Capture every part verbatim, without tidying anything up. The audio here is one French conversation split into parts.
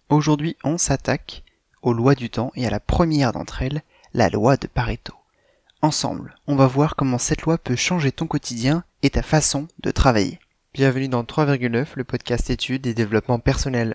Aujourd'hui, on s'attaque aux lois du temps et à la première d'entre elles, la loi de Pareto. Ensemble, on va voir comment cette loi peut changer ton quotidien et ta façon de travailler. Bienvenue dans trois virgule neuf, le podcast études et développement personnel.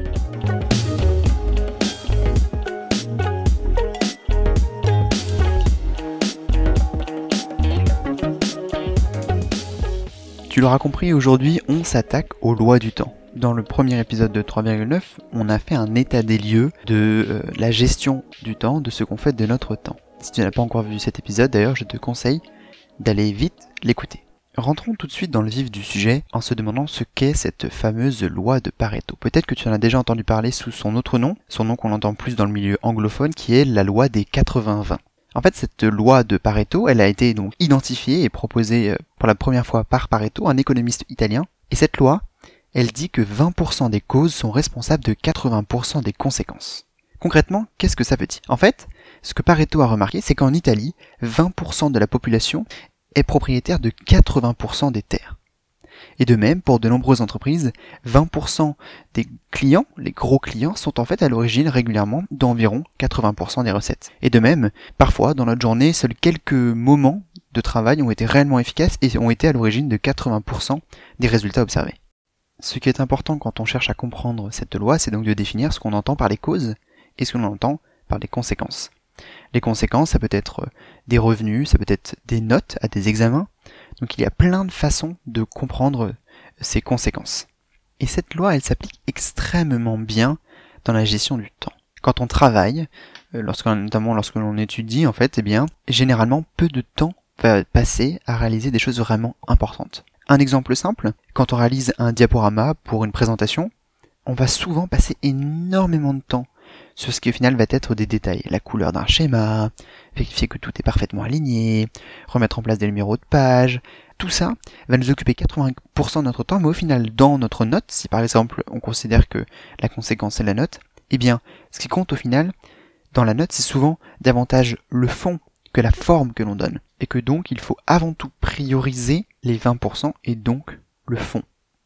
Tu l'auras compris, aujourd'hui, on s'attaque aux lois du temps. Dans le premier épisode de trois virgule neuf, on a fait un état des lieux de euh, la gestion du temps, de ce qu'on fait de notre temps. Si tu n'as pas encore vu cet épisode, d'ailleurs, je te conseille d'aller vite l'écouter. Rentrons tout de suite dans le vif du sujet en se demandant ce qu'est cette fameuse loi de Pareto. Peut-être que tu en as déjà entendu parler sous son autre nom, son nom qu'on entend plus dans le milieu anglophone, qui est la loi des quatre-vingts vingt. En fait, cette loi de Pareto, elle a été donc identifiée et proposée pour la première fois par Pareto, un économiste italien. Et cette loi, elle dit que vingt pour cent des causes sont responsables de quatre-vingts pour cent des conséquences. Concrètement, qu'est-ce que ça veut dire ? En fait, ce que Pareto a remarqué, c'est qu'en Italie, vingt pour cent de la population est propriétaire de quatre-vingts pour cent des terres. Et de même, pour de nombreuses entreprises, vingt pour cent des clients, les gros clients, sont en fait à l'origine régulièrement d'environ quatre-vingts pour cent des recettes. Et de même, parfois, dans notre journée, seuls quelques moments de travail ont été réellement efficaces et ont été à l'origine de quatre-vingts pour cent des résultats observés. Ce qui est important quand on cherche à comprendre cette loi, c'est donc de définir ce qu'on entend par les causes et ce qu'on entend par les conséquences. Les conséquences, ça peut être des revenus, ça peut être des notes à des examens. Donc il y a plein de façons de comprendre ces conséquences. Et cette loi, elle s'applique extrêmement bien dans la gestion du temps. Quand on travaille, lorsqu'on, notamment lorsque l'on étudie, en fait, eh bien, généralement, peu de temps va passer à réaliser des choses vraiment importantes. Un exemple simple, quand on réalise un diaporama pour une présentation, on va souvent passer énormément de temps sur ce qui au final va être des détails. La couleur d'un schéma, vérifier que tout est parfaitement aligné, remettre en place des numéros de page. Tout ça va nous occuper quatre-vingts pour cent de notre temps, mais au final, dans notre note, si par exemple on considère que la conséquence est la note, eh bien, ce qui compte au final, dans la note, c'est souvent davantage le fond que la forme que l'on donne. Et que donc, il faut avant tout prioriser les vingt pour cent et donc le fond.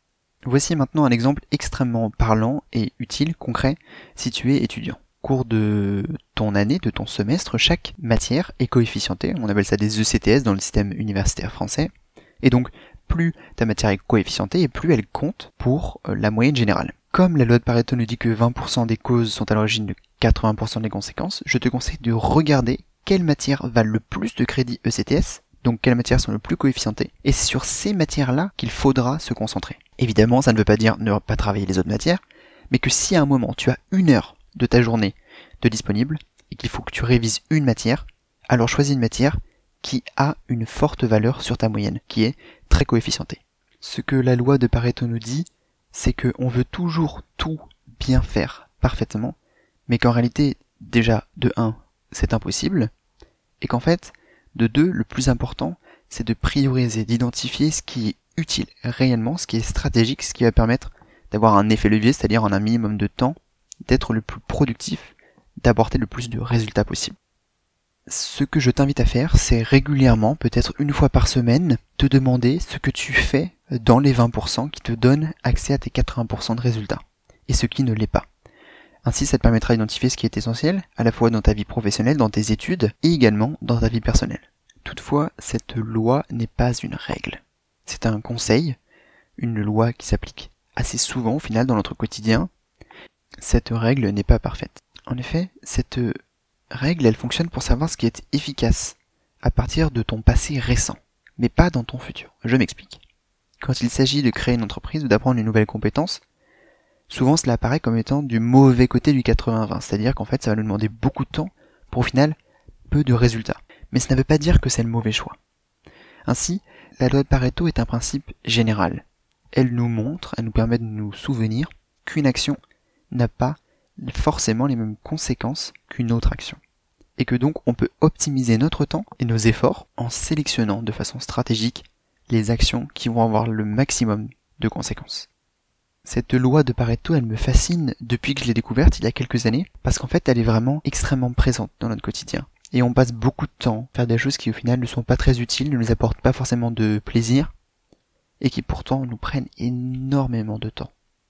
Voici maintenant un exemple extrêmement parlant et utile, concret, si tu es étudiant. Au cours de ton année, de ton semestre, chaque matière est coefficientée, on appelle ça des E C T S dans le système universitaire français, et donc plus ta matière est coefficientée et plus elle compte pour la moyenne générale. Comme la loi de Pareto nous dit que vingt pour cent des causes sont à l'origine de quatre-vingts pour cent des conséquences, je te conseille de regarder quelles matières valent le plus de crédits E C T S, donc quelles matières sont le plus coefficientées, et c'est sur ces matières-là qu'il faudra se concentrer. Évidemment, ça ne veut pas dire ne pas travailler les autres matières, mais que si à un moment tu as une heure de ta journée de disponible, et qu'il faut que tu révises une matière, alors choisis une matière qui a une forte valeur sur ta moyenne, qui est très coefficientée. Ce que la loi de Pareto nous dit, c'est qu'on veut toujours tout bien faire parfaitement, mais qu'en réalité, déjà, de un, c'est impossible, et qu'en fait, de deux, le plus important, c'est de prioriser, d'identifier ce qui est utile réellement, ce qui est stratégique, ce qui va permettre d'avoir un effet levier, c'est-à-dire en un minimum de temps, d'être le plus productif, d'apporter le plus de résultats possible. Ce que je t'invite à faire, c'est régulièrement, peut-être une fois par semaine, te demander ce que tu fais dans les vingt pour cent qui te donnent accès à tes quatre-vingts pour cent de résultats, et ce qui ne l'est pas. Ainsi, ça te permettra d'identifier ce qui est essentiel, à la fois dans ta vie professionnelle, dans tes études, et également dans ta vie personnelle. Toutefois, cette loi n'est pas une règle. C'est un conseil, une loi qui s'applique assez souvent au final dans notre quotidien. Cette règle n'est pas parfaite. En effet, cette règle, elle fonctionne pour savoir ce qui est efficace à partir de ton passé récent, mais pas dans ton futur. Je m'explique. Quand il s'agit de créer une entreprise ou d'apprendre une nouvelle compétence, souvent cela apparaît comme étant du mauvais côté du quatre-vingts vingt, c'est-à-dire qu'en fait ça va nous demander beaucoup de temps pour au final peu de résultats. Mais ça ne veut pas dire que c'est le mauvais choix. Ainsi, la loi de Pareto est un principe général. Elle nous montre, elle nous permet de nous souvenir qu'une action n'a pas forcément les mêmes conséquences qu'une autre action. Et que donc on peut optimiser notre temps et nos efforts en sélectionnant de façon stratégique les actions qui vont avoir le maximum de conséquences. Cette loi de Pareto, elle me fascine depuis que je l'ai découverte il y a quelques années, parce qu'en fait elle est vraiment extrêmement présente dans notre quotidien. Et on passe beaucoup de temps à faire des choses qui au final ne sont pas très utiles, ne nous apportent pas forcément de plaisir, et qui pourtant nous prennent énormément de temps.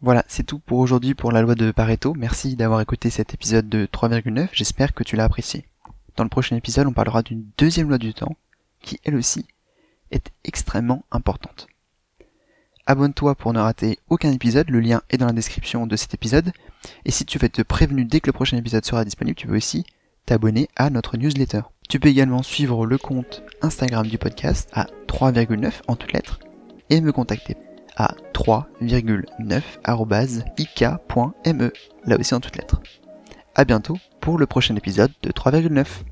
Voilà, c'est tout pour aujourd'hui pour la loi de Pareto. Merci d'avoir écouté cet épisode de trois virgule neuf, j'espère que tu l'as apprécié. Dans le prochain épisode, on parlera d'une deuxième loi du temps, qui elle aussi est extrêmement importante. Abonne-toi pour ne rater aucun épisode, le lien est dans la description de cet épisode. Et si tu veux être prévenu dès que le prochain épisode sera disponible, tu peux aussi t'abonner à notre newsletter. Tu peux également suivre le compte Instagram du podcast à trois virgule neuf en toutes lettres et me contacter à trois virgule neuf arobase i k point m e, là aussi en toutes lettres. A bientôt pour le prochain épisode de trois virgule neuf.